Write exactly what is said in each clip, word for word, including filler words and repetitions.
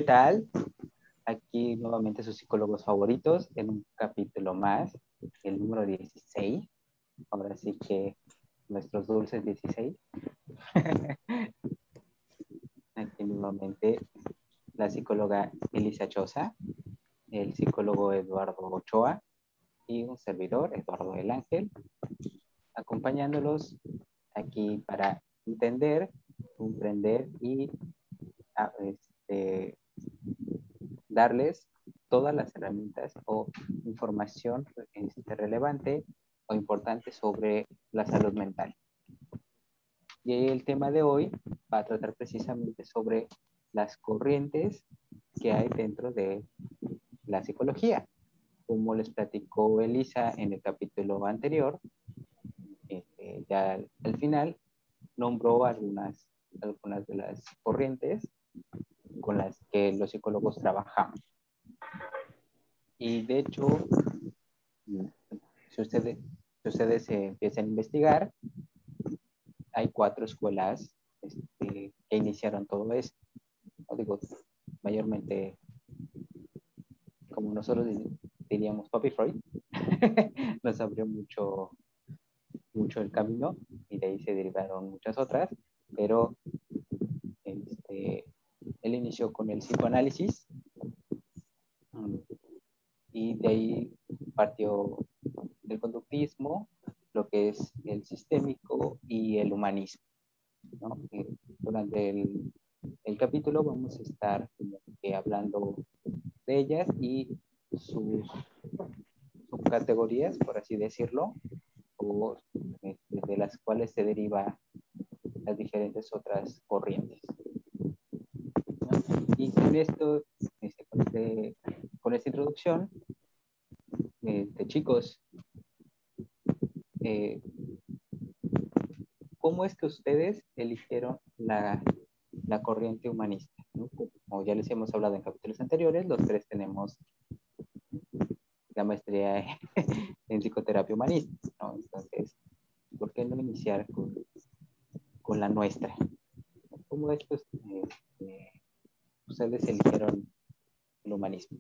tal? Aquí nuevamente sus psicólogos favoritos en un capítulo más, el número dieciséis. Ahora sí que nuestros dulces dieciséis. Aquí nuevamente la psicóloga Elisa Choza, el psicólogo Eduardo Ochoa y un servidor, Eduardo del Ángel, acompañándolos aquí para entender, comprender y a, este, darles todas las herramientas o información este, relevante o importante sobre la salud mental. Y el tema de hoy va a tratar precisamente sobre las corrientes que hay dentro de la psicología. Como les platicó Elisa en el capítulo anterior, este, ya al, al final nombró algunas, algunas de las corrientes con las que los psicólogos trabajamos. Y de hecho, si ustedes, si ustedes eh, empiezan a investigar, hay cuatro escuelas este, que iniciaron todo esto. ¿No? Digo, mayormente, como nosotros diríamos, Papi Freud, nos abrió mucho, mucho el camino y de ahí se derivaron muchas otras, pero este, él inició con el psicoanálisis y de ahí partió del conductismo, lo que es el sistémico y el humanismo, ¿no? Durante el, el capítulo vamos a estar como que hablando de ellas y sus subcategorías, por así decirlo, o este, de las cuales se deriva las diferentes otras corrientes, ¿no? Y con esto, este, con, este, con esta introducción, este, chicos, eh, ¿cómo es que ustedes eligieron la, la corriente humanista? ¿No? Como ya les hemos hablado en capítulos anteriores, los tres tenemos la maestría en psicoterapia humanista, ¿no? Entonces, ¿por qué no iniciar con, con la nuestra? ¿Cómo es que eh, ustedes eligieron el humanismo?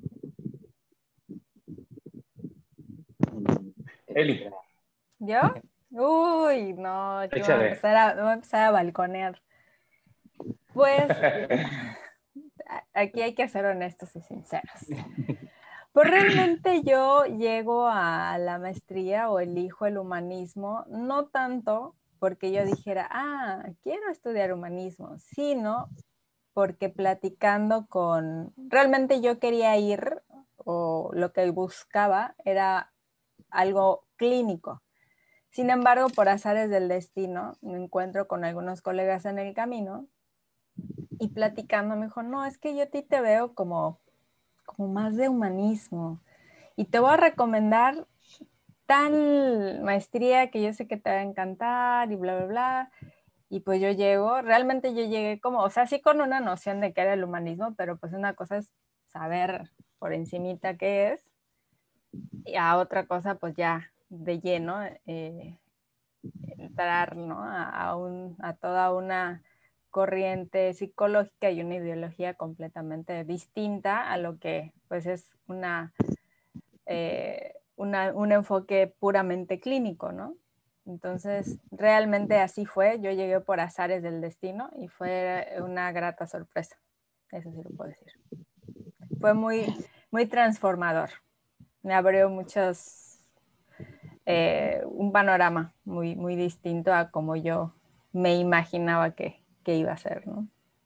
Eli. ¿Yo? Uy, no, yo voy a Échale. empezar a, voy a, empezar a balconear. Pues aquí hay que ser honestos y sinceros. Pues realmente yo llego a la maestría o elijo el humanismo, no tanto porque yo dijera, ah, quiero estudiar humanismo, sino porque platicando con, realmente yo quería ir, o lo que buscaba era algo clínico. Sin embargo, por azares del destino, me encuentro con algunos colegas en el camino y platicando me dijo, no, es que yo a ti te veo como, como más de humanismo y te voy a recomendar tal maestría que yo sé que te va a encantar y bla, bla, bla. Y pues yo llego, realmente yo llegué como, o sea, sí con una noción de qué era el humanismo, pero pues una cosa es saber por encimita qué es y a otra cosa pues ya de lleno eh, entrar, ¿no? a, a, un, a toda una corriente psicológica y una ideología completamente distinta a lo que pues es una, eh, una, un enfoque puramente clínico, ¿no? Entonces, realmente así fue. Yo llegué por azares del destino y fue una grata sorpresa. Eso sí lo puedo decir. Fue muy, muy transformador. Me abrió muchos, eh, un panorama muy, muy distinto a como yo me imaginaba que, que iba a ser, ¿no?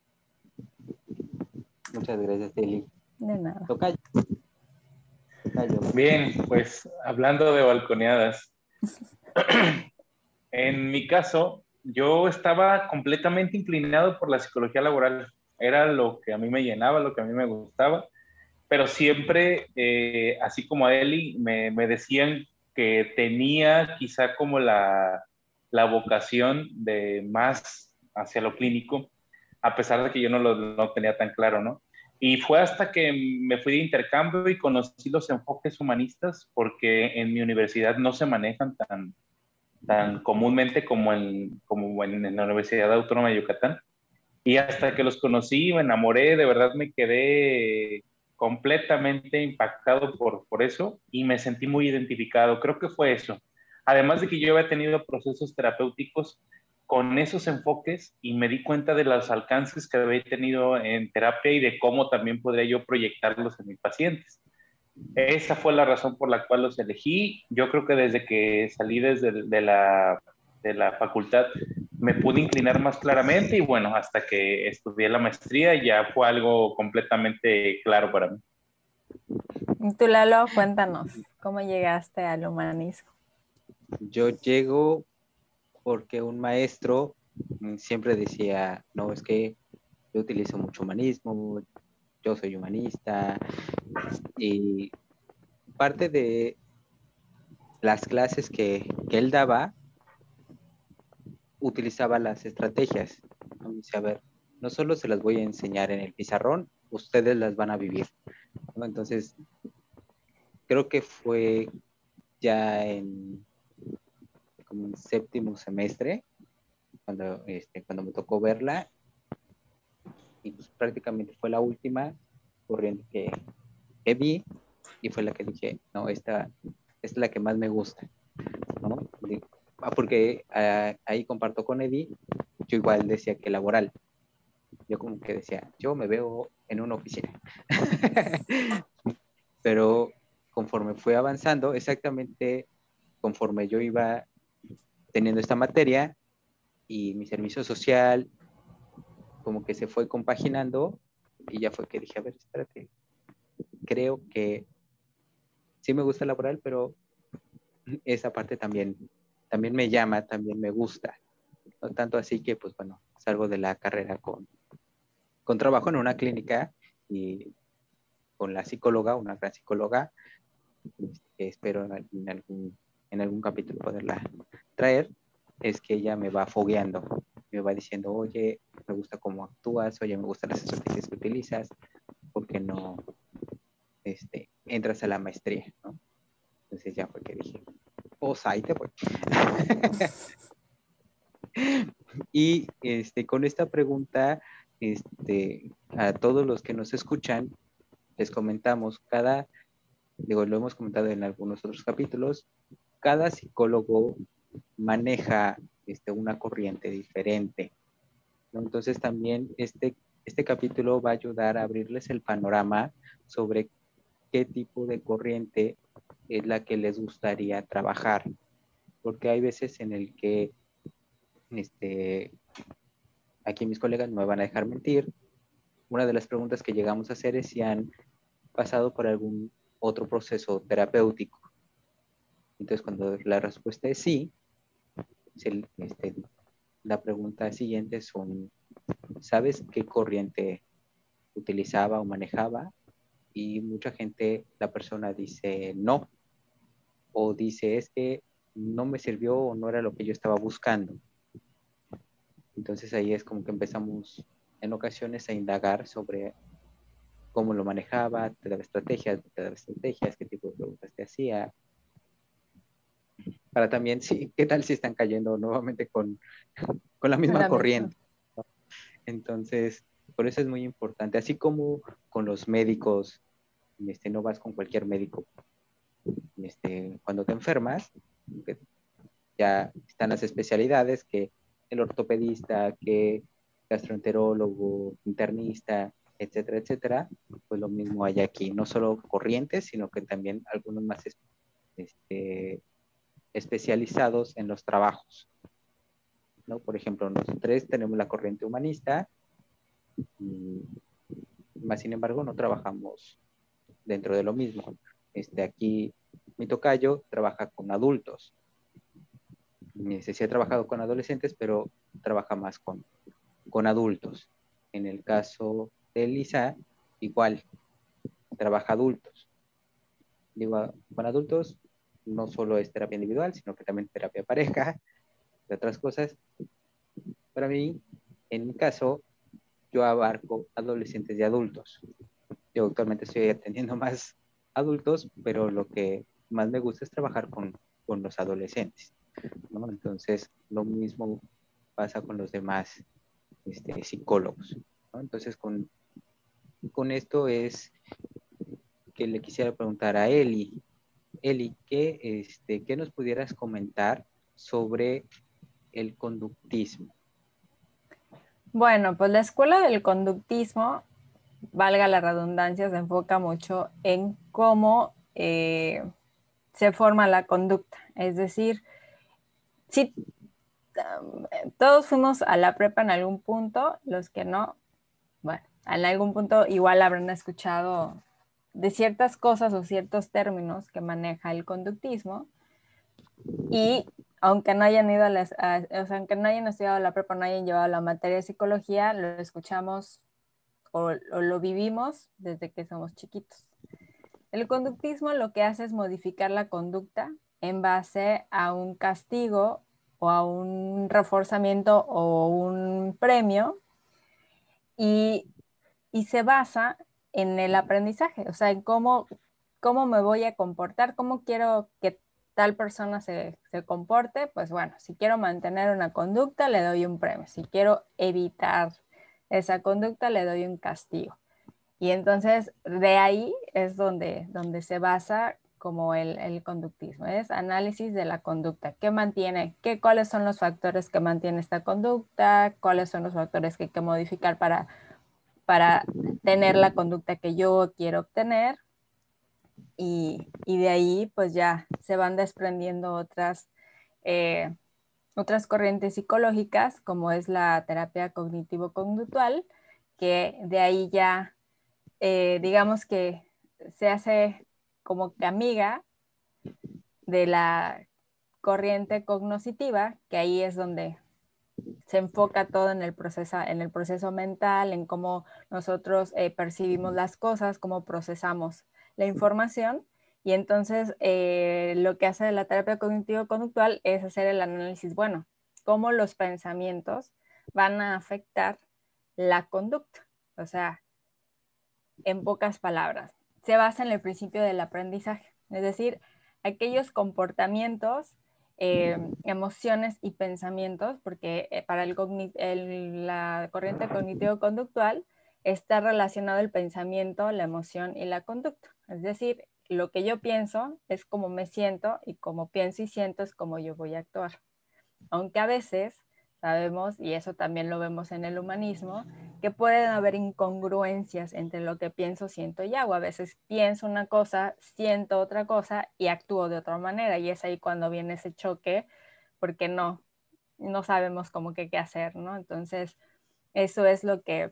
Muchas gracias, Eli. De nada. Tocayo. Tocayo. Bien, pues hablando de balconeadas, en mi caso, yo estaba completamente inclinado por la psicología laboral. Era lo que a mí me llenaba, lo que a mí me gustaba, pero siempre, eh, así como a Eli, me, me decían que tenía quizá como la, la vocación de más hacia lo clínico, a pesar de que yo no lo no tenía tan claro, ¿no? Y fue hasta que me fui de intercambio y conocí los enfoques humanistas, porque en mi universidad no se manejan tan, tan comúnmente como en, como en, en la Universidad Autónoma de Yucatán. Y hasta que los conocí, me enamoré, de verdad me quedé completamente impactado por, por eso y me sentí muy identificado. Creo que fue eso. Además de que yo había tenido procesos terapéuticos con esos enfoques y me di cuenta de los alcances que había tenido en terapia y de cómo también podría yo proyectarlos en mis pacientes. Esa fue la razón por la cual los elegí. Yo creo que desde que salí desde de la, de la facultad me pude inclinar más claramente y bueno, hasta que estudié la maestría ya fue algo completamente claro para mí. Y tú, Lalo, cuéntanos, ¿cómo llegaste al humanismo? Yo llego porque un maestro mm, siempre decía, no, es que yo utilizo mucho humanismo, yo soy humanista, y parte de las clases que, que él daba, utilizaba las estrategias. ¿No? Dice, a ver, no solo se las voy a enseñar en el pizarrón, ustedes las van a vivir. ¿No? Entonces, creo que fue ya en como en séptimo semestre, cuando, este, cuando me tocó verla, y pues prácticamente fue la última corriente que, que vi, y fue la que dije, no, esta, esta es la que más me gusta, ¿no? Porque uh, ahí comparto con Eddie, yo igual decía que laboral, yo como que decía, yo me veo en una oficina, pero conforme fue avanzando, exactamente conforme yo iba teniendo esta materia y mi servicio social, como que se fue compaginando y ya fue que dije, a ver, espérate, creo que sí me gusta laboral, pero esa parte también, también me llama, también me gusta. No tanto así que, pues bueno, salgo de la carrera con, con trabajo en una clínica y con la psicóloga, una gran psicóloga, que espero en algún, en algún capítulo poderla traer, es que ella me va fogueando, me va diciendo, oye, me gusta cómo actúas, oye, me gustan las estrategias que utilizas, ¿por qué no este, entras a la maestría? ¿No? Entonces ya fue que dije, pues ahí te voy. Y este, con esta pregunta, este, a todos los que nos escuchan, les comentamos, cada, digo, lo hemos comentado en algunos otros capítulos, cada psicólogo maneja este, una corriente diferente, ¿no? Entonces también este, este capítulo va a ayudar a abrirles el panorama sobre qué tipo de corriente es la que les gustaría trabajar, porque hay veces en el que este, aquí mis colegas no me van a dejar mentir, una de las preguntas que llegamos a hacer es si han pasado por algún otro proceso terapéutico. Entonces, cuando la respuesta es sí, se, este, la pregunta siguiente son, ¿sabes qué corriente utilizaba o manejaba? Y mucha gente, la persona dice no, o dice es que no me sirvió o no era lo que yo estaba buscando. Entonces ahí es como que empezamos en ocasiones a indagar sobre cómo lo manejaba, te daba estrategias, te daba estrategias, qué tipo de preguntas te hacía. Para también, sí, ¿qué tal si están cayendo nuevamente con, con la misma La corriente? misma. Entonces, por eso es muy importante, así como con los médicos, este, no vas con cualquier médico. Este, cuando te enfermas, ya están las especialidades, que el ortopedista, que gastroenterólogo, internista, etcétera, etcétera, pues lo mismo hay aquí, no solo corrientes, sino que también algunos más este, especializados en los trabajos, ¿no? Por ejemplo, nosotros tres tenemos la corriente humanista, y más sin embargo no trabajamos dentro de lo mismo. Este, aquí mi tocayo trabaja con adultos, sí ha trabajado con adolescentes, pero trabaja más con, con adultos. En el caso de Lisa, igual, trabaja adultos. Digo, con adultos no solo es terapia individual, sino que también terapia pareja, de otras cosas. Para mí, en mi caso, yo abarco adolescentes y adultos. Yo actualmente estoy atendiendo más adultos, pero lo que más me gusta es trabajar con, con los adolescentes, ¿no? Entonces, lo mismo pasa con los demás este, psicólogos, ¿no? Entonces, con, con esto es que le quisiera preguntar a Eli. Eli, ¿qué, este, ¿qué nos pudieras comentar sobre el conductismo? Bueno, pues la escuela del conductismo, valga la redundancia, se enfoca mucho en cómo eh, se forma la conducta. Es decir, si um, todos fuimos a la prepa en algún punto, los que no, bueno, en algún punto igual habrán escuchado de ciertas cosas o ciertos términos que maneja el conductismo, y aunque no hayan ido a las, a, o sea, aunque no hayan estudiado la prepa, no hayan llevado la materia de psicología, lo escuchamos o, o lo vivimos desde que somos chiquitos. El conductismo lo que hace es modificar la conducta en base a un castigo o a un reforzamiento o un premio, y, y se basa en el aprendizaje, o sea, en cómo, cómo me voy a comportar, cómo quiero que tal persona se, se comporte. Pues bueno, si quiero mantener una conducta, le doy un premio. Si quiero evitar esa conducta, le doy un castigo. Y entonces de ahí es donde, donde se basa como el, el conductismo, es análisis de la conducta. ¿Qué mantiene? ¿Qué, ¿Cuáles son los factores que mantiene esta conducta? ¿Cuáles son los factores que hay que modificar para, para tener la conducta que yo quiero obtener? Y, y de ahí pues ya se van desprendiendo otras, eh, otras corrientes psicológicas, como es la terapia cognitivo-conductual, que de ahí ya eh, digamos que se hace como que amiga de la corriente cognoscitiva, que ahí es donde se enfoca todo en el proceso, en el proceso mental, en cómo nosotros eh, percibimos las cosas, cómo procesamos la información. Y entonces eh, lo que hace la terapia cognitivo-conductual es hacer el análisis, bueno, cómo los pensamientos van a afectar la conducta. O sea, en pocas palabras, se basa en el principio del aprendizaje, es decir, aquellos comportamientos, eh, emociones y pensamientos, porque eh, para el el, la corriente cognitivo-conductual está relacionado el pensamiento, la emoción y la conducta. Es decir, lo que yo pienso es como me siento, y como pienso y siento es como yo voy a actuar. Aunque a veces sabemos, y eso también lo vemos en el humanismo, que pueden haber incongruencias entre lo que pienso, siento y hago. A veces pienso una cosa, siento otra cosa y actúo de otra manera, y es ahí cuando viene ese choque, porque no, no sabemos cómo que qué hacer, ¿no? Entonces, eso es lo que,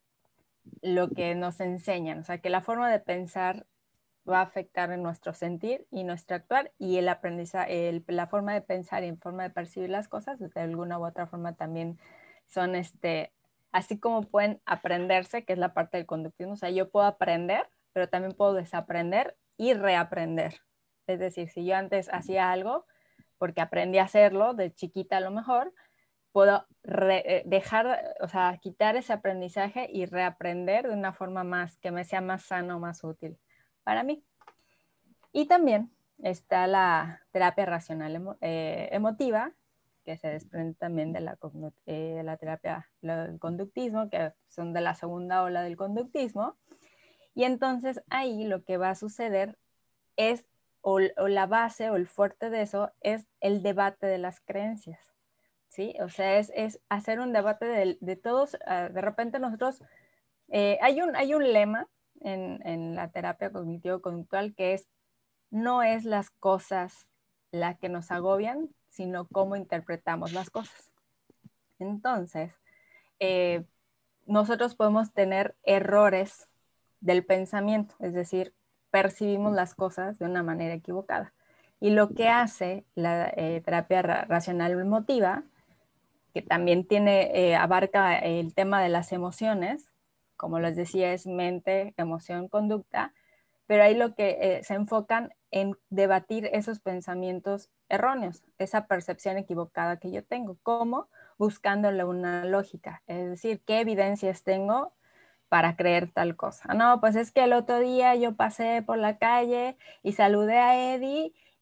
lo que nos enseñan, o sea, que la forma de pensar va a afectar en nuestro sentir y nuestro actuar, y el aprendizaje, el, la forma de pensar y en forma de percibir las cosas, de alguna u otra forma también son, este, así como pueden aprenderse, que es la parte del conductismo. O sea, yo puedo aprender, pero también puedo desaprender y reaprender. Es decir, si yo antes hacía algo porque aprendí a hacerlo de chiquita a lo mejor, puedo re, dejar, o sea, quitar ese aprendizaje y reaprender de una forma más, que me sea más sano, más útil para mí. Y también está la terapia racional emo, eh, emotiva, que se desprende también de la, eh, la terapia del conductismo, que son de la segunda ola del conductismo. Y entonces ahí lo que va a suceder es, o, o la base o el fuerte de eso es el debate de las creencias, ¿sí? O sea, es, es hacer un debate de, de todos. Uh, de repente nosotros, eh, hay, un, hay un lema en, en la terapia cognitivo-conductual que es: no es las cosas las que nos agobian, sino cómo interpretamos las cosas. Entonces, eh, nosotros podemos tener errores del pensamiento, es decir, percibimos las cosas de una manera equivocada. Y lo que hace la eh, terapia ra racional emotiva, que también tiene, eh, abarca el tema de las emociones, como les decía, es mente, emoción, conducta, pero ahí lo que eh, se enfocan en debatir esos pensamientos erróneos, esa percepción equivocada que yo tengo, como buscándole una lógica, es decir, ¿qué evidencias tengo para creer tal cosa? No, pues es que el otro día yo pasé por la calle y saludé a Eddie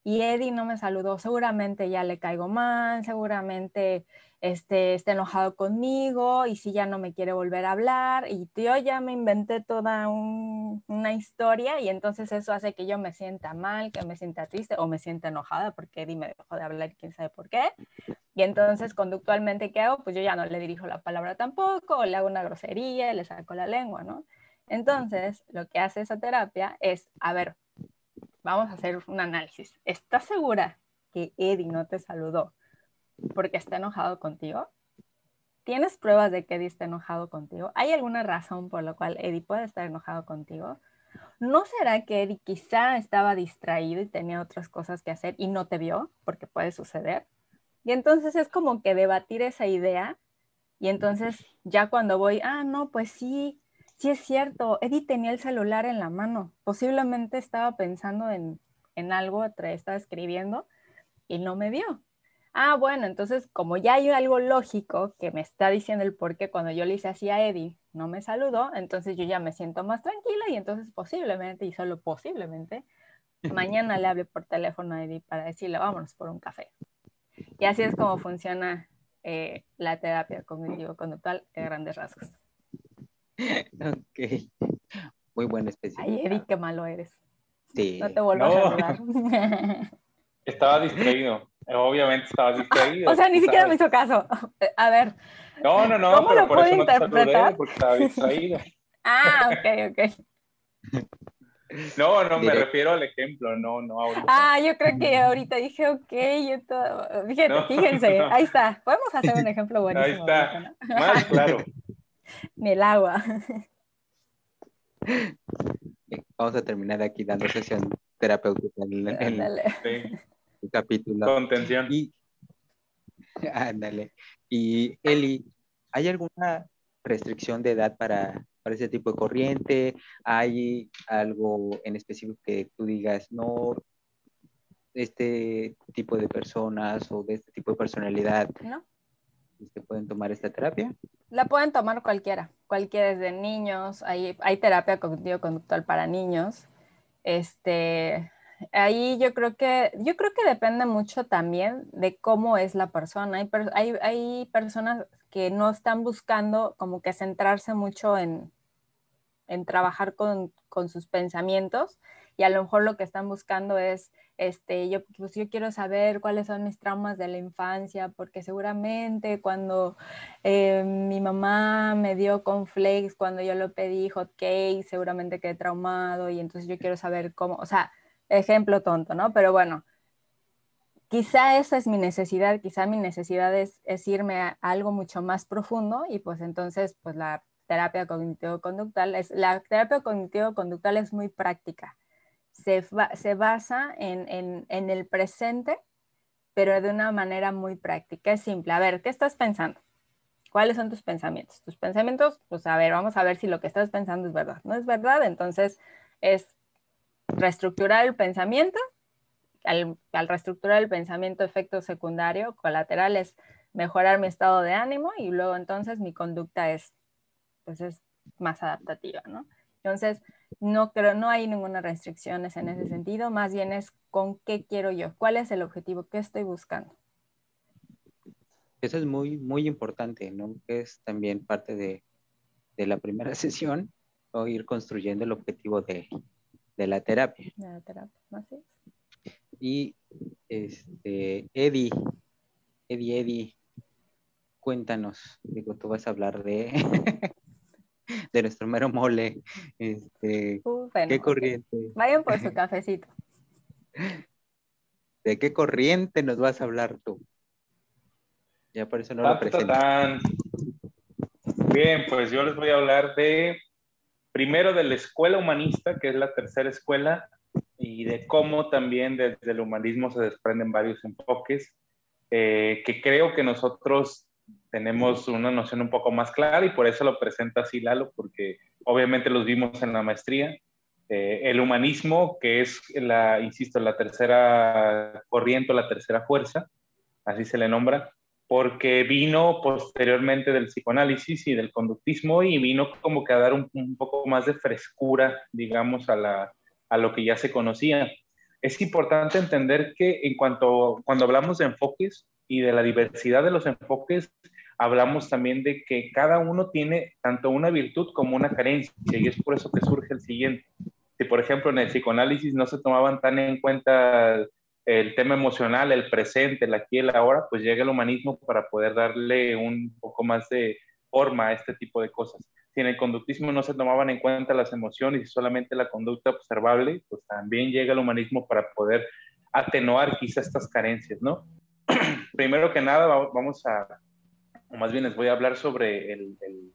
y Eddie no me saludó, seguramente ya le caigo mal, seguramente este, está enojado conmigo y si ya no me quiere volver a hablar y yo ya me inventé toda un, una historia y entonces eso hace que yo me sienta mal, que me sienta triste o me sienta enojada porque Eddie me dejó de hablar y quién sabe por qué. Y entonces conductualmente, ¿qué hago? Pues yo ya no le dirijo la palabra tampoco, o le hago una grosería, le saco la lengua, ¿no? Entonces, lo que hace esa terapia es, a ver, vamos a hacer un análisis. ¿Estás segura que Eddie no te saludó porque está enojado contigo? ¿Tienes pruebas de que Eddie está enojado contigo? ¿Hay alguna razón por la cual Eddie puede estar enojado contigo? ¿No será que Eddie quizá estaba distraído y tenía otras cosas que hacer y no te vio? Porque puede suceder. Y entonces es como que debatir esa idea y entonces ya cuando voy, ah, no, pues sí, sí es cierto, Eddie tenía el celular en la mano, posiblemente estaba pensando en, en algo, estaba escribiendo y no me vio. Ah, bueno, entonces como ya hay algo lógico que me está diciendo el por qué cuando yo le hice así a Eddie no me saludó, entonces yo ya me siento más tranquila y entonces posiblemente, y solo posiblemente, mañana le hable por teléfono a Eddie para decirle, vámonos por un café. Y así es como funciona eh, la terapia cognitivo-conductual de grandes rasgos. Ok, muy buen especialista. Ay, Eddie, qué malo eres. Sí. No te vuelvo No. a saludar. Estaba distraído. Obviamente estaba distraído. O sea, ni tú siquiera me sabes. hizo caso. A ver. No, no, no, ¿Cómo pero lo por puedo eso no te saludé, interpretar? porque estaba distraído. Ah, ok, ok. No, no, me Directo. refiero al ejemplo, no, no ahorita. Ah, yo creo que ahorita dije, ok, yo todo... Fíjate, No, fíjense, no. ahí está. Podemos hacer un ejemplo Ahí buenísimo ahorita, está, ¿no? más claro. Ni el agua. Vamos a terminar aquí dando sesión terapéutica en el, en Ándale. Sí, el capítulo. contención. Y, ándale. Y Eli, ¿hay alguna restricción de edad para, para ese tipo de corriente? ¿Hay algo en específico que tú digas, no, este tipo de personas o de este tipo de personalidad ¿No? este, pueden tomar esta terapia? La pueden tomar cualquiera, cualquiera desde niños, hay, hay terapia cognitivo-conductual para niños. Este, ahí yo creo que, yo creo que depende mucho también de cómo es la persona. Hay, per, hay, hay personas que no están buscando como que centrarse mucho en, en trabajar con, con sus pensamientos y a lo mejor lo que están buscando es, este, yo, pues yo quiero saber cuáles son mis traumas de la infancia, porque seguramente cuando eh, mi mamá me dio cornflakes, cuando yo lo pedí hot cake, seguramente quedé traumado y entonces yo quiero saber cómo, o sea, ejemplo tonto, ¿no? Pero bueno, quizá esa es mi necesidad, quizá mi necesidad es, es irme a algo mucho más profundo y pues entonces pues la terapia cognitivo-conductual es, la terapia cognitivo-conductual es muy práctica, se, se basa en, en, en el presente, pero de una manera muy práctica, es simple. A ver, ¿qué estás pensando? ¿Cuáles son tus pensamientos? Tus pensamientos, pues a ver, vamos a ver si lo que estás pensando es verdad. ¿No es verdad? Entonces es reestructurar el pensamiento. Al, al reestructurar el pensamiento, efecto secundario, colateral es mejorar mi estado de ánimo y luego entonces mi conducta es, pues es más adaptativa, ¿no? Entonces, no creo, no hay ninguna restricción en ese sentido, más bien es con qué quiero yo, cuál es el objetivo, qué estoy buscando. Eso es muy, muy importante, ¿no? Es también parte de, de la primera sesión, o ir construyendo el objetivo de, de la terapia. De la terapia, ¿no? ¿Sí? Y este, Eddie, Eddie, Eddie, cuéntanos, digo, tú vas a hablar de, de nuestro mero mole, este, Uh, bueno, ¿qué okay. corriente? Vayan por su cafecito. ¿De qué corriente nos vas a hablar tú? Ya por eso no lo Tan, tan, presento. tan. Bien, pues yo les voy a hablar de, primero de la escuela humanista, que es la tercera escuela, y de cómo también desde el humanismo se desprenden varios enfoques, eh, que creo que nosotros tenemos una noción un poco más clara y por eso lo presenta así Lalo, porque obviamente los vimos en la maestría. Eh, el humanismo, que es, la, insisto, la tercera corriente, la tercera fuerza, así se le nombra, porque vino posteriormente del psicoanálisis y del conductismo y vino como que a dar un, un poco más de frescura, digamos, a, la, a lo que ya se conocía. es importante entender que en cuanto, cuando hablamos de enfoques y de la diversidad de los enfoques, hablamos también de que cada uno tiene tanto una virtud como una carencia, y es por eso que surge el siguiente. Si, por ejemplo, en el psicoanálisis no se tomaban tan en cuenta el, el tema emocional, el presente, el aquí y el ahora, pues llega el humanismo para poder darle un poco más de forma a este tipo de cosas. Si en el conductismo no se tomaban en cuenta las emociones y solamente la conducta observable, pues también llega el humanismo para poder atenuar quizá estas carencias, ¿no? Primero que nada, vamos a, o más bien les voy a hablar sobre el, el,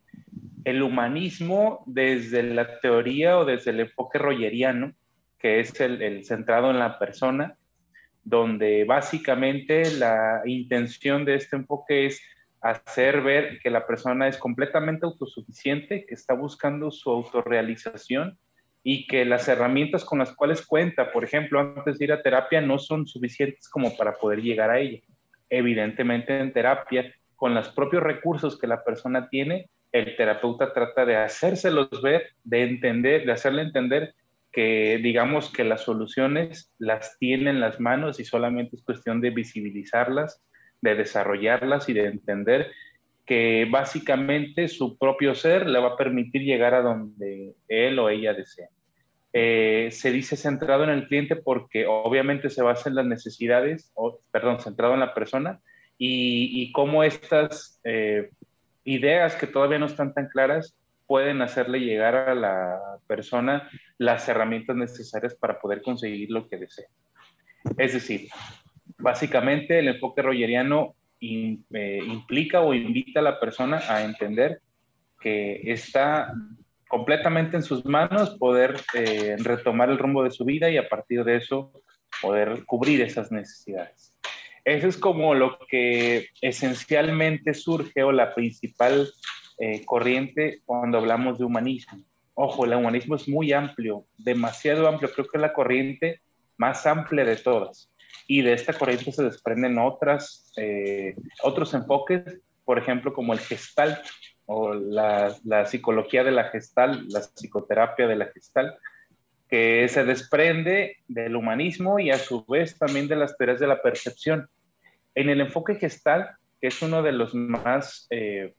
el humanismo desde la teoría o desde el enfoque rogeriano, que es el, el centrado en la persona, donde básicamente la intención de este enfoque es hacer ver que la persona es completamente autosuficiente, que está buscando su autorrealización y que las herramientas con las cuales cuenta, por ejemplo, antes de ir a terapia, no son suficientes como para poder llegar a ella. Evidentemente, en terapia, con los propios recursos que la persona tiene, el terapeuta trata de hacérselos ver, de entender, de hacerle entender que digamos que las soluciones las tiene en las manos y solamente es cuestión de visibilizarlas, de desarrollarlas y de entender que básicamente su propio ser le va a permitir llegar a donde él o ella desea. Eh, se dice centrado en el cliente porque obviamente se basa en las necesidades, o, perdón, centrado en la persona y, y cómo estas eh, ideas que todavía no están tan claras pueden hacerle llegar a la persona las herramientas necesarias para poder conseguir lo que desea. Es decir, básicamente el enfoque rogeriano in, eh, implica o invita a la persona a entender que está completamente en sus manos poder eh, retomar el rumbo de su vida y a partir de eso poder cubrir esas necesidades. Eso es como lo que esencialmente surge o la principal eh, corriente cuando hablamos de humanismo. Ojo, el humanismo es muy amplio, demasiado amplio, creo que es la corriente más amplia de todas. Y de esta corriente se desprenden otras, eh, otros enfoques, por ejemplo, como el Gestalt o la, la psicología de la Gestalt, la psicoterapia de la Gestalt, que se desprende del humanismo y a su vez también de las teorías de la percepción. En el enfoque Gestalt, que es uno de los más, eh,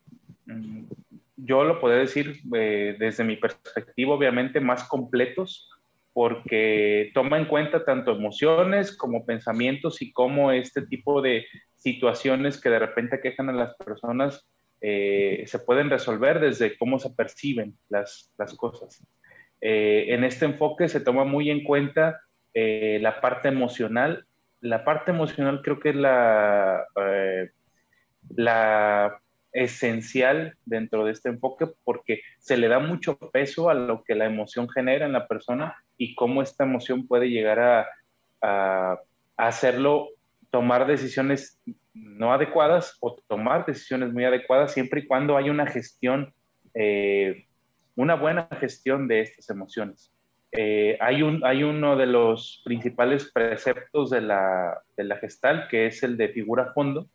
yo lo puedo decir eh, desde mi perspectiva, obviamente más completos, porque toma en cuenta tanto emociones como pensamientos y cómo este tipo de situaciones que de repente quejan a las personas eh, se pueden resolver desde cómo se perciben las, las cosas. Eh, en este enfoque se toma muy en cuenta eh, la parte emocional. La parte emocional creo que es la, eh, la esencial dentro de este enfoque porque se le da mucho peso a lo que la emoción genera en la persona y cómo esta emoción puede llegar a, a, a hacerlo tomar decisiones no adecuadas o tomar decisiones muy adecuadas siempre y cuando hay una gestión, eh, una buena gestión de estas emociones. Eh, hay, un, hay uno de los principales preceptos de la, de la Gestalt que es el de figura fondo,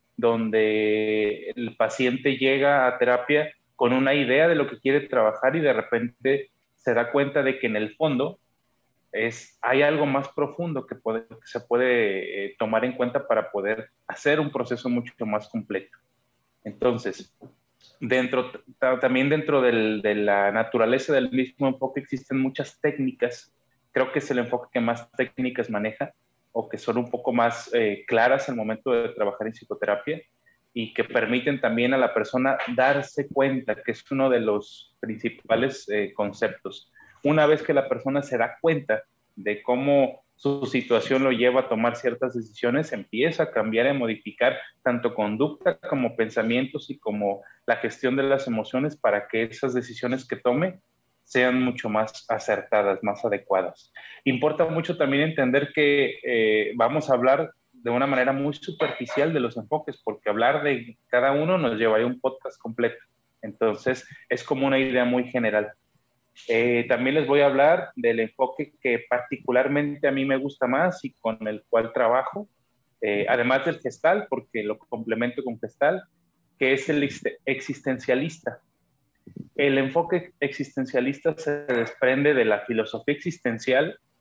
donde el paciente llega a terapia con una idea de lo que quiere trabajar y de repente se da cuenta de que en el fondo es, hay algo más profundo que, puede, que se puede eh, tomar en cuenta para poder hacer un proceso mucho más completo. Entonces, dentro, también dentro del, de la naturaleza del mismo enfoque existen muchas técnicas. Creo que es el enfoque que más técnicas maneja o que son un poco más eh, claras al momento de trabajar en psicoterapia y que permiten también a la persona darse cuenta, que es uno de los principales eh, conceptos. Una vez que la persona se da cuenta de cómo su situación lo lleva a tomar ciertas decisiones, empieza a cambiar y modificar tanto conducta como pensamientos y como la gestión de las emociones para que esas decisiones que tome sean mucho más acertadas, más adecuadas. Importa mucho también entender que eh, vamos a hablar de una manera muy superficial de los enfoques, porque hablar de cada uno nos llevaría un podcast completo. Entonces, es como una idea muy general. Eh, también les voy a hablar del enfoque que particularmente a mí me gusta más y con el cual trabajo, eh, además del Gestalt, porque lo complemento con Gestalt, que es el existencialista. El enfoque existencialista se desprende de la filosofía existencial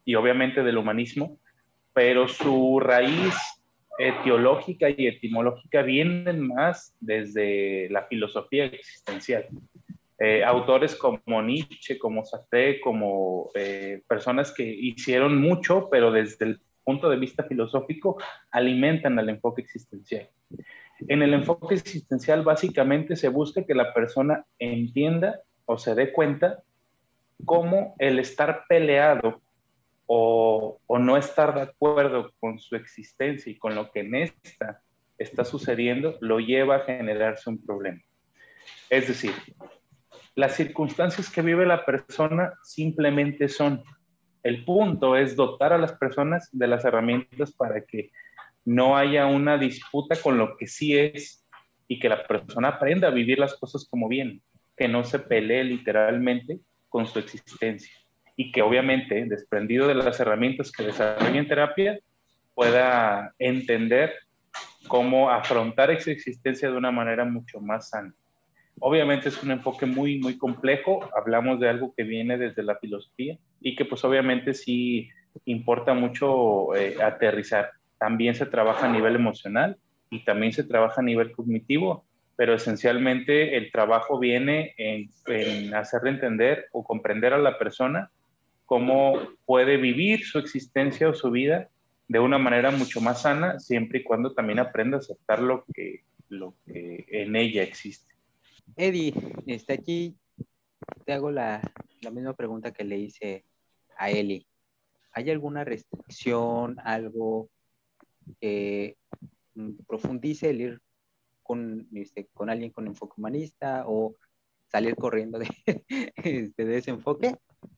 y obviamente del humanismo, pero su raíz etiológica y etimológica vienen más desde la filosofía existencial. Eh, autores como Nietzsche, como Sartre, como eh, personas que hicieron mucho, pero desde el punto de vista filosófico, alimentan al enfoque existencial. En el enfoque existencial, básicamente se busca que la persona entienda o se dé cuenta cómo el estar peleado o, o no estar de acuerdo con su existencia y con lo que en esta está sucediendo, lo lleva a generarse un problema. Es decir, las circunstancias que vive la persona simplemente son. El punto es dotar a las personas de las herramientas para que no haya una disputa con lo que sí es y que la persona aprenda a vivir las cosas como vienen, que no se pelee literalmente con su existencia y que obviamente, desprendido de las herramientas que desarrolla en terapia, pueda entender cómo afrontar esa existencia de una manera mucho más sana. Obviamente es un enfoque muy, muy complejo. Hablamos de algo que viene desde la filosofía y que pues obviamente sí importa mucho eh, aterrizar. También se trabaja a nivel emocional y también se trabaja a nivel cognitivo, pero esencialmente el trabajo viene en, en hacerle entender o comprender a la persona cómo puede vivir su existencia o su vida de una manera mucho más sana, siempre y cuando también aprenda a aceptar lo que, lo que en ella existe. Eddie, este, aquí te hago la, la misma pregunta que le hice a Eli. ¿Hay alguna restricción, algo que mm, profundice el ir con, este, con alguien con enfoque humanista o salir corriendo de, este, de ese enfoque?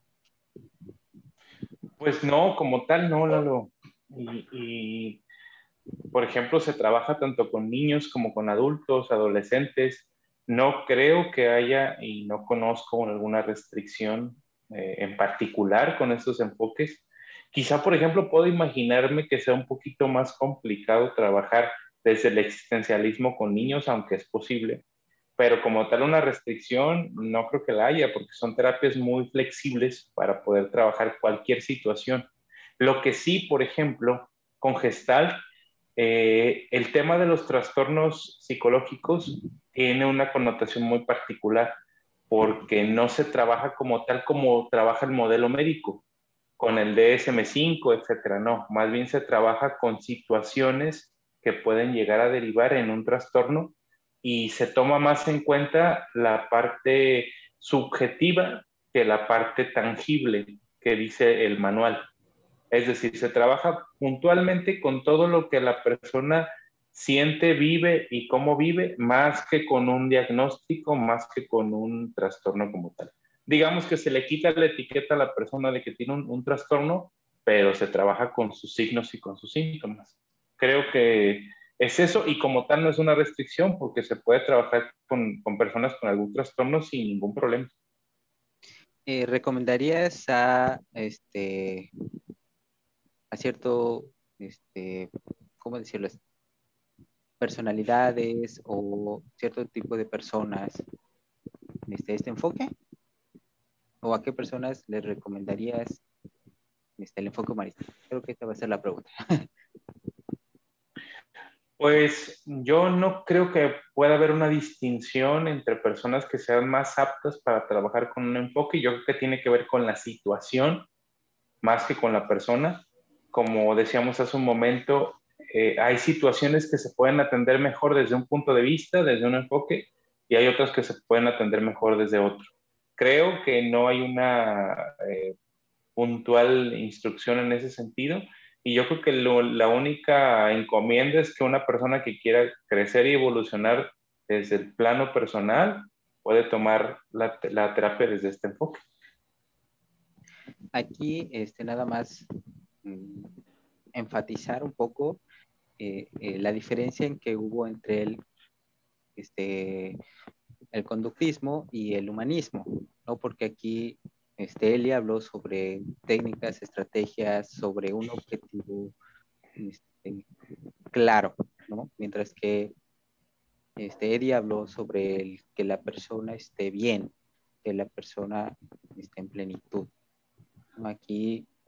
Pues no, como tal, no, Lalo. Y, y, por ejemplo, se trabaja tanto con niños como con adultos, adolescentes. No creo que haya, y no conozco alguna restricción eh, en particular con estos enfoques. Quizá, por ejemplo, puedo imaginarme que sea un poquito más complicado trabajar desde el existencialismo con niños, aunque es posible, pero como tal una restricción no creo que la haya, porque son terapias muy flexibles para poder trabajar cualquier situación. Lo que sí, por ejemplo, con Gestalt, eh, el tema de los trastornos psicológicos tiene una connotación muy particular, porque no se trabaja como tal como trabaja el modelo médico, con el D S M cinco, etcétera. No, más bien se trabaja con situaciones que pueden llegar a derivar en un trastorno y se toma más en cuenta la parte subjetiva que la parte tangible que dice el manual. Es decir, se trabaja puntualmente con todo lo que la persona siente, vive y cómo vive, más que con un diagnóstico, más que con un trastorno como tal. Digamos que se le quita la etiqueta a la persona de que tiene un, un trastorno, pero se trabaja con sus signos y con sus síntomas. Creo que es eso, y como tal no es una restricción porque se puede trabajar con, con personas con algún trastorno sin ningún problema. Eh, ¿recomendarías a, este, a cierto, este, ¿cómo decirlo? Personalidades o cierto tipo de personas este, este enfoque? ¿O a qué personas les recomendarías este, el enfoque humanista? Creo que esta va a ser la pregunta. Pues yo no creo que pueda haber una distinción entre personas que sean más aptas para trabajar con un enfoque. Yo creo que tiene que ver con la situación más que con la persona. Como decíamos hace un momento, eh, hay situaciones que se pueden atender mejor desde un punto de vista, desde un enfoque, y hay otras que se pueden atender mejor desde otro. Creo que no hay una eh, puntual instrucción en ese sentido. Y yo creo que lo, la única encomienda es que una persona que quiera crecer y evolucionar desde el plano personal puede tomar la, la terapia desde este enfoque. Aquí, este, nada más mm, enfatizar un poco eh, eh, la diferencia en que hubo entre el, este, el conductismo y el humanismo, ¿no? Porque aquí este, Eli habló sobre técnicas, estrategias, sobre un objetivo este, claro, ¿no? Mientras que este, Eddie habló sobre el, que la persona esté bien, que la persona esté en plenitud, ¿no? Aquí,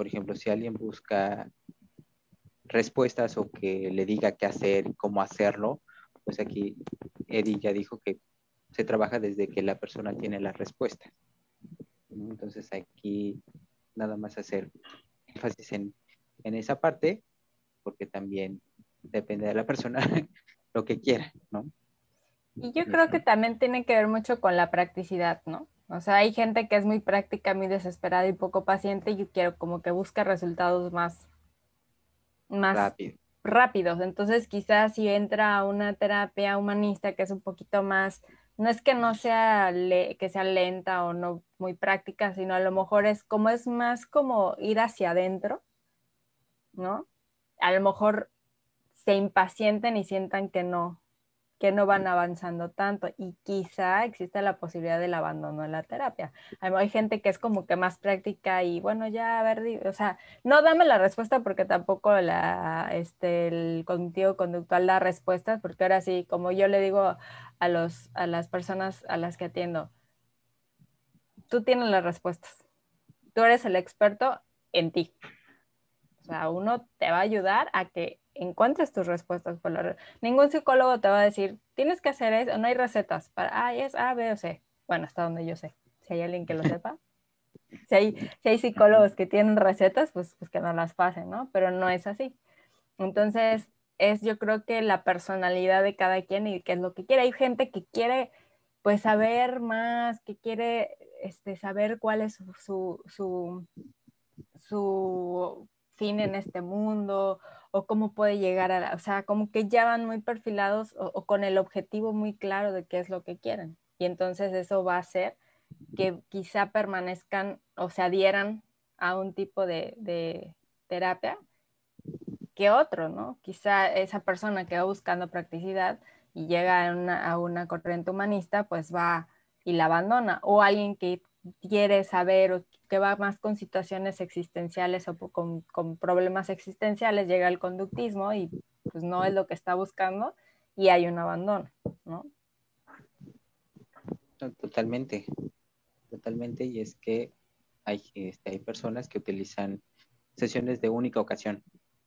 por ejemplo, si alguien busca respuestas o que le diga qué hacer y cómo hacerlo, pues aquí Eddie ya dijo que se trabaja desde que la persona tiene las respuestas. Entonces aquí nada más hacer énfasis en, en esa parte, porque también depende de la persona lo que quiera, ¿no? Y yo creo que también tiene que ver mucho con la practicidad, ¿no? O sea, hay gente que es muy práctica, muy desesperada y poco paciente, y yo quiero como que busca resultados más, más Rápido. rápidos. Entonces, quizás si entra a una terapia humanista que es un poquito más, no es que no sea, le, que sea lenta o no muy práctica, sino a lo mejor es como es más como ir hacia adentro, ¿no? A lo mejor se impacienten y sientan que no, que no van avanzando tanto, y quizá existe la posibilidad del abandono de la terapia. Hay, hay gente que es como que más práctica y bueno, ya a ver, o sea, no dame la respuesta porque tampoco la, este, el cognitivo conductual da respuestas, porque ahora sí, como yo le digo a, los, a las personas a las que atiendo, tú tienes las respuestas, tú eres el experto en ti. O sea, uno te va a ayudar a que encuentres tus respuestas. Por la... Ningún psicólogo te va a decir, tienes que hacer eso, no hay recetas para, ah, es A, B o C. Bueno, hasta donde yo sé. Si hay alguien que lo sepa. Si hay, si hay psicólogos que tienen recetas, pues, pues que no las pasen, ¿no? Pero no es así. Entonces, es yo creo que la personalidad de cada quien y qué es lo que quiere. Hay gente que quiere, pues, saber más, que quiere este, saber cuál es su, su, su, su fin en este mundo, o cómo puede llegar a la, o sea, como que ya van muy perfilados o, o con el objetivo muy claro de qué es lo que quieren. Y entonces eso va a hacer que quizá permanezcan o se adhieran a un tipo de, de terapia que otro, ¿no? Quizá esa persona que va buscando practicidad y llega a una, a una corriente humanista, pues va y la abandona. O alguien que quiere saber o que va más con situaciones existenciales o con, con problemas existenciales, llega al conductismo y pues no es lo que está buscando y hay un abandono, ¿no? Totalmente, totalmente. Y es que hay, este, hay personas que utilizan sesiones de única ocasión,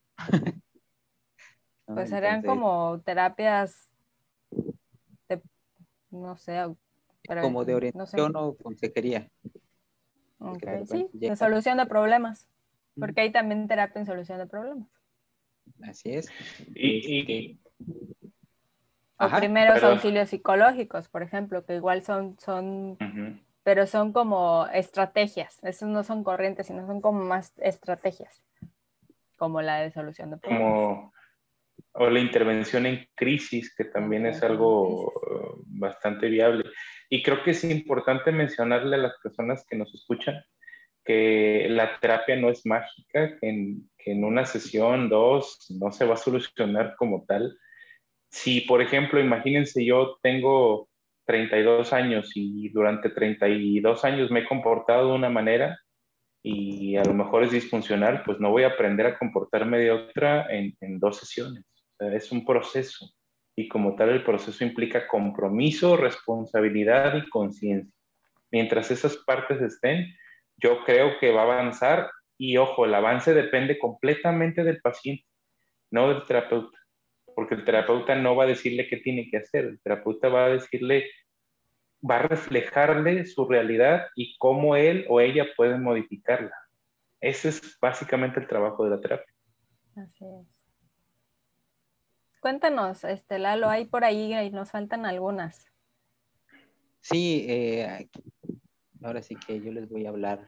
¿no? Pues serían Entonces, como terapias de, no sé, pero como de no sé. orientación o consejería, porque de Okay, sí, repente de llegan, solución de problemas, porque hay también terapia en solución de problemas. así es. Y, Este, y O ajá, primeros perdón. auxilios psicológicos, por ejemplo, que igual son, son, Ujú. pero son como estrategias. Esos no son corrientes, sino son como más estrategias, como la de solución de problemas. Como o la intervención en crisis, que La también es intervención en algo crisis. uh, bastante viable. Y creo que es importante mencionarle a las personas que nos escuchan que la terapia no es mágica, que en, que en una sesión, dos, no se va a solucionar como tal. Si, por ejemplo, imagínense, yo tengo treinta y dos años y durante treinta y dos años me he comportado de una manera y a lo mejor es disfuncional, pues no voy a aprender a comportarme de otra en, en dos sesiones. O sea, es un proceso y como tal el proceso implica compromiso, responsabilidad y conciencia. Mientras esas partes estén, yo creo que va a avanzar y ojo, el avance depende completamente del paciente, no del terapeuta, porque el terapeuta no va a decirle qué tiene que hacer, el terapeuta va a decirle, va a reflejarle su realidad y cómo él o ella pueden modificarla. Ese es básicamente el trabajo de la terapia. Así es. Cuéntanos, este, Lalo, hay por ahí y nos faltan algunas. sí, eh, ahora sí que yo les voy a hablar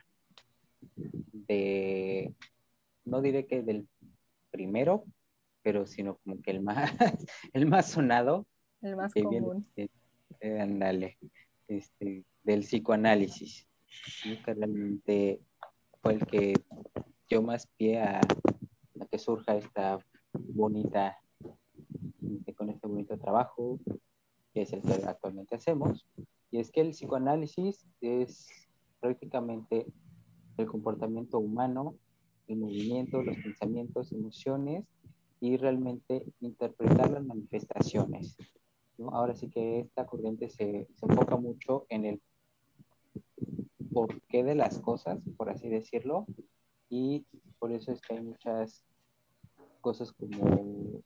de, no diré que del primero, pero sino como que el más, el más sonado, El más que viene, común. eh, eh, andale, este, del psicoanálisis, ¿sí? Que realmente fue el que dio más pie a, a que surja esta bonita, este, con este bonito trabajo, que es el que actualmente hacemos. Y es que el psicoanálisis es prácticamente el comportamiento humano, el movimiento, los pensamientos, emociones y realmente interpretar las manifestaciones, ¿no? Ahora sí que esta corriente se, se enfoca mucho en el porqué de las cosas, por así decirlo, y por eso es que hay muchas cosas como,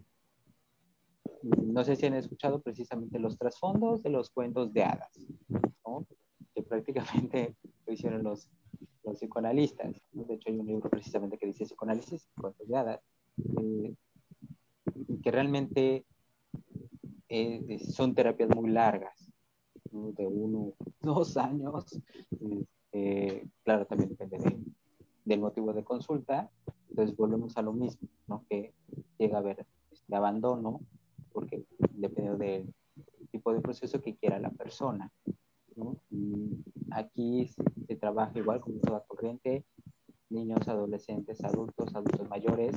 no sé si han escuchado precisamente los trasfondos de los cuentos de hadas, ¿no? Que prácticamente lo hicieron los, los psicoanalistas, ¿no? De hecho hay un libro precisamente que dice psicoanálisis, cuentos de hadas, eh, que realmente eh, son terapias muy largas, ¿no? De uno, dos años, eh, claro, también depende de, del motivo de consulta. Entonces volvemos a lo mismo, ¿no? Que llega a haber este abandono, porque depende del tipo de proceso que quiera la persona, ¿no? Y aquí se, se trabaja igual como toda corriente, niños, adolescentes, adultos, adultos mayores,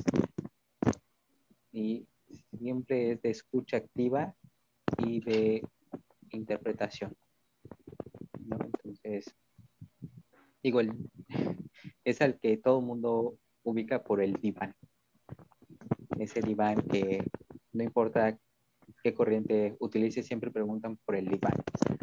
y siempre es de escucha activa y de interpretación, ¿no? Entonces, igual es al que todo el mundo ubica por el diván. Ese diván que no importa qué corriente utilice, siempre preguntan por el diván.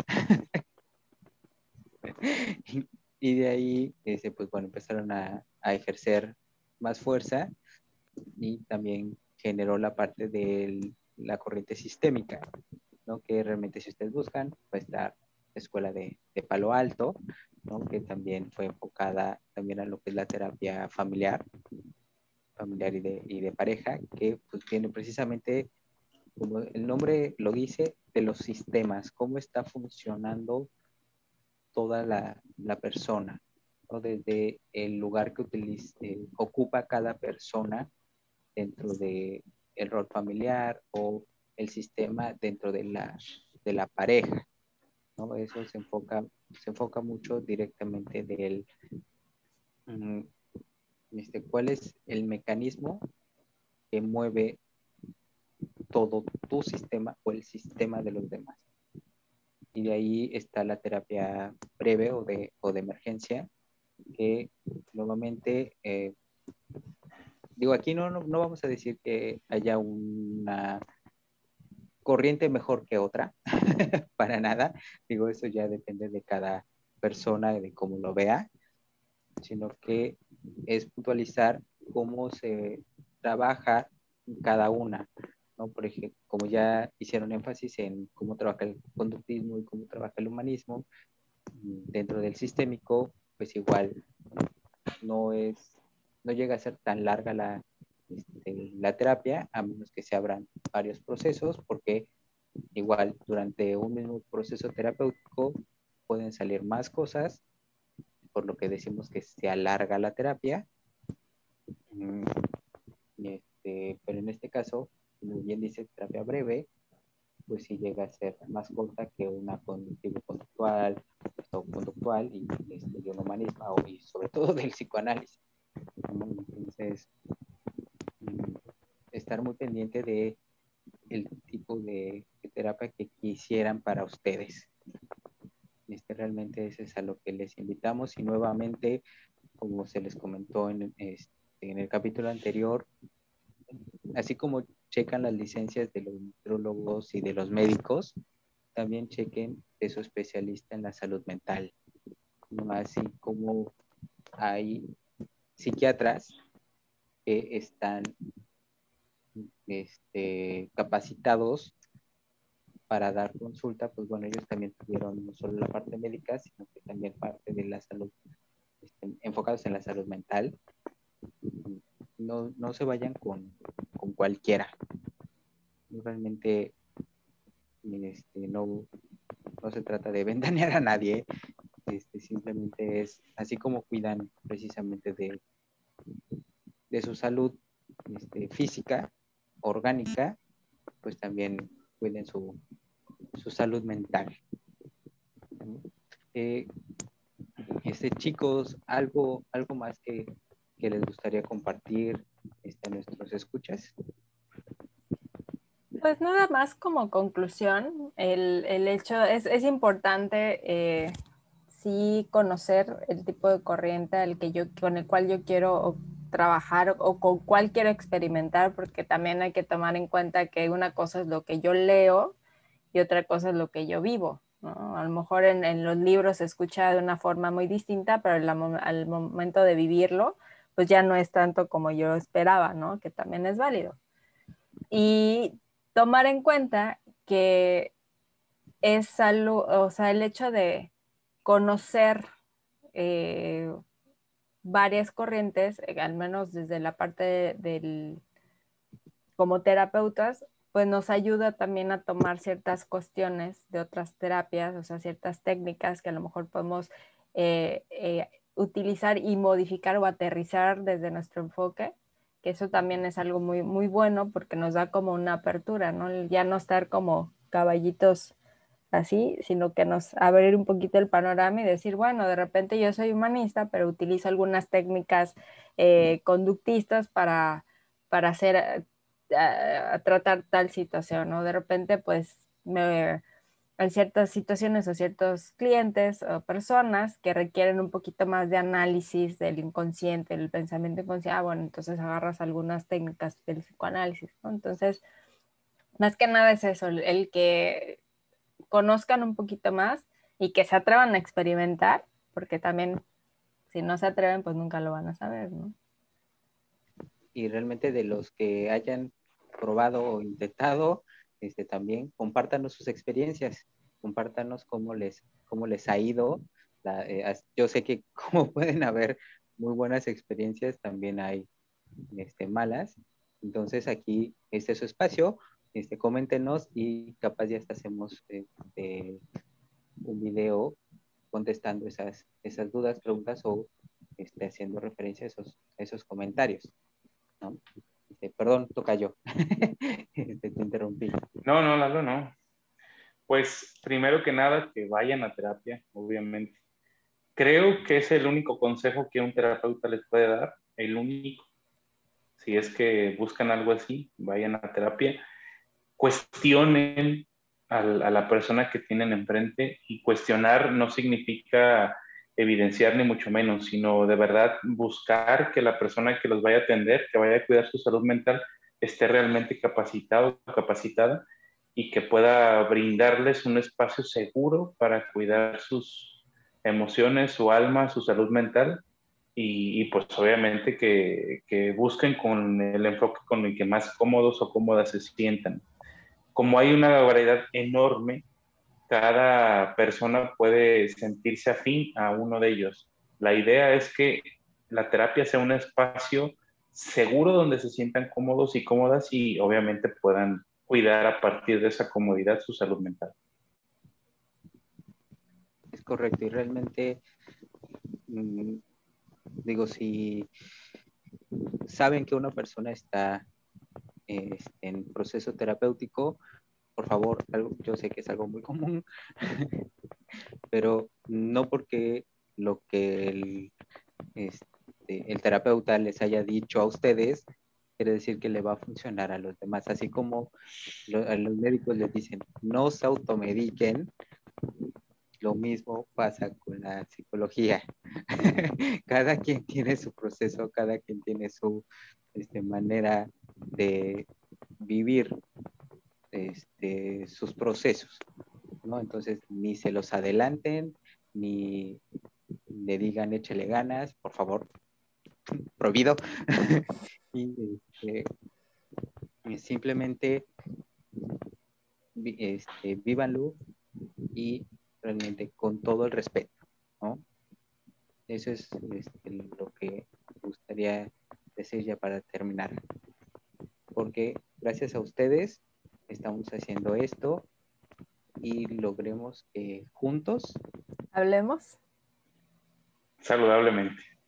y, y de ahí, ese, pues bueno, empezaron a, a ejercer más fuerza y también generó la parte de la corriente sistémica, ¿no? Que realmente si ustedes buscan, va a estar la escuela de, de Palo Alto, ¿no? Que también fue enfocada también a lo que es la terapia familiar, familiar y de, y de pareja, que pues tiene precisamente, como el nombre lo dice, de los sistemas, cómo está funcionando toda la, la persona, ¿no? Desde el lugar que utilice, eh, ocupa cada persona dentro de el rol familiar o el sistema dentro de la, de la pareja, ¿no? Eso se enfoca, se enfoca mucho directamente del, um, este, cuál es el mecanismo que mueve todo tu sistema o el sistema de los demás. Y de ahí está la terapia breve o de, o de emergencia, que nuevamente, eh, digo, aquí no, no, no vamos a decir que haya una corriente mejor que otra, para nada, digo, eso ya depende de cada persona, de cómo lo vea, sino que es puntualizar cómo se trabaja cada una, ¿no? Por ejemplo, como ya hicieron énfasis en cómo trabaja el conductismo y cómo trabaja el humanismo, dentro del sistémico, pues igual no es, no llega a ser tan larga la, este, la terapia, a menos que se abran varios procesos, porque igual durante un mismo proceso terapéutico pueden salir más cosas, por lo que decimos que se alarga la terapia. Este, pero en este caso, como bien dice, terapia breve, pues sí llega a ser más corta que una conductivo-conductual o conductual y, este, y un humanismo, o, y sobre todo del psicoanálisis. Entonces, estar muy pendiente de el tipo de, de terapia que quisieran para ustedes. Este, realmente ese es a lo que les invitamos, y nuevamente, como se les comentó en, este, en el capítulo anterior, así como checan las licencias de los nutrólogos y de los médicos, también chequen de su especialista en la salud mental, ¿no? Así como hay psiquiatras que están este, capacitados para dar consulta, pues bueno, ellos también tuvieron no solo la parte médica, sino que también parte de la salud, este, enfocados en la salud mental. No, no se vayan con, con cualquiera. Realmente este, no, no se trata de ventanear a nadie, este, simplemente es así como cuidan precisamente de, de su salud este, física, orgánica, pues también cuiden su, su salud mental. Eh, este, chicos, algo, algo más que, que les gustaría compartir este, a nuestros escuchas. Pues nada más como conclusión, el, el hecho es, es importante eh, sí conocer el tipo de corriente al que yo, con el cual yo quiero trabajar o con cuál quiero experimentar, porque también hay que tomar en cuenta que una cosa es lo que yo leo y otra cosa es lo que yo vivo, ¿no? A lo mejor en, en los libros se escucha de una forma muy distinta, pero la, al momento de vivirlo, pues ya no es tanto como yo esperaba, ¿no? Que también es válido. Y tomar en cuenta que es algo, o sea, el hecho de conocer eh, varias corrientes, eh, al menos desde la parte de, del, como terapeutas, pues nos ayuda también a tomar ciertas cuestiones de otras terapias, o sea, ciertas técnicas que a lo mejor podemos eh, eh, utilizar y modificar o aterrizar desde nuestro enfoque, que eso también es algo muy, muy bueno porque nos da como una apertura, ¿no? Ya no estar como caballitos así, sino que nos abrir un poquito el panorama y decir, bueno, de repente yo soy humanista, pero utilizo algunas técnicas eh, conductistas para, para hacer, a, a tratar tal situación, ¿no? De repente, pues, me, hay ciertas situaciones o ciertos clientes o personas que requieren un poquito más de análisis del inconsciente, del pensamiento inconsciente. Ah, bueno, entonces agarras algunas técnicas del psicoanálisis, ¿no? Entonces, más que nada es eso, el, el que conozcan un poquito más y que se atrevan a experimentar, porque también si no se atreven, pues nunca lo van a saber, ¿no? Y realmente de los que hayan probado o intentado, este, también compártanos sus experiencias, compártanos cómo les, cómo les ha ido. La, eh, yo sé que como pueden haber muy buenas experiencias, también hay este, malas. Entonces aquí, este es su espacio, este, coméntenos y capaz ya hasta hacemos este, un video contestando esas, esas dudas, preguntas o este, haciendo referencia a esos, a esos comentarios, ¿no? Este, perdón, toca yo. este, te interrumpí. No, no, Lalo, no. Pues primero que nada, que vayan a terapia, obviamente. Creo que es el único consejo que un terapeuta les puede dar, el único. Si es que buscan algo así, vayan a terapia, cuestionen a la persona que tienen enfrente, y cuestionar no significa evidenciar ni mucho menos, sino de verdad buscar que la persona que los vaya a atender, que vaya a cuidar su salud mental, esté realmente capacitado o capacitada y que pueda brindarles un espacio seguro para cuidar sus emociones, su alma, su salud mental. Y, y pues obviamente que, que busquen con el enfoque con el que más cómodos o cómodas se sientan. Como hay una variedad enorme, cada persona puede sentirse afín a uno de ellos. La idea es que la terapia sea un espacio seguro donde se sientan cómodos y cómodas y obviamente puedan cuidar a partir de esa comodidad su salud mental. Es correcto, y realmente, mmm, digo, si saben que una persona está eh, en proceso terapéutico, por favor, algo, yo sé que es algo muy común, pero no porque lo que el, este, el terapeuta les haya dicho a ustedes quiere decir que le va a funcionar a los demás. Así como lo, a los médicos les dicen, no se automediquen, lo mismo pasa con la psicología. Cada quien tiene su proceso, cada quien tiene su este, manera de vivir este, sus procesos, ¿no? Entonces, ni se los adelanten, ni le digan échele ganas, por favor, prohibido. y este, simplemente este, vívanlo y realmente con todo el respeto, ¿no? Eso es este, lo que me gustaría decir ya para terminar, porque gracias a ustedes estamos haciendo esto y logremos que juntos Hablemos saludablemente.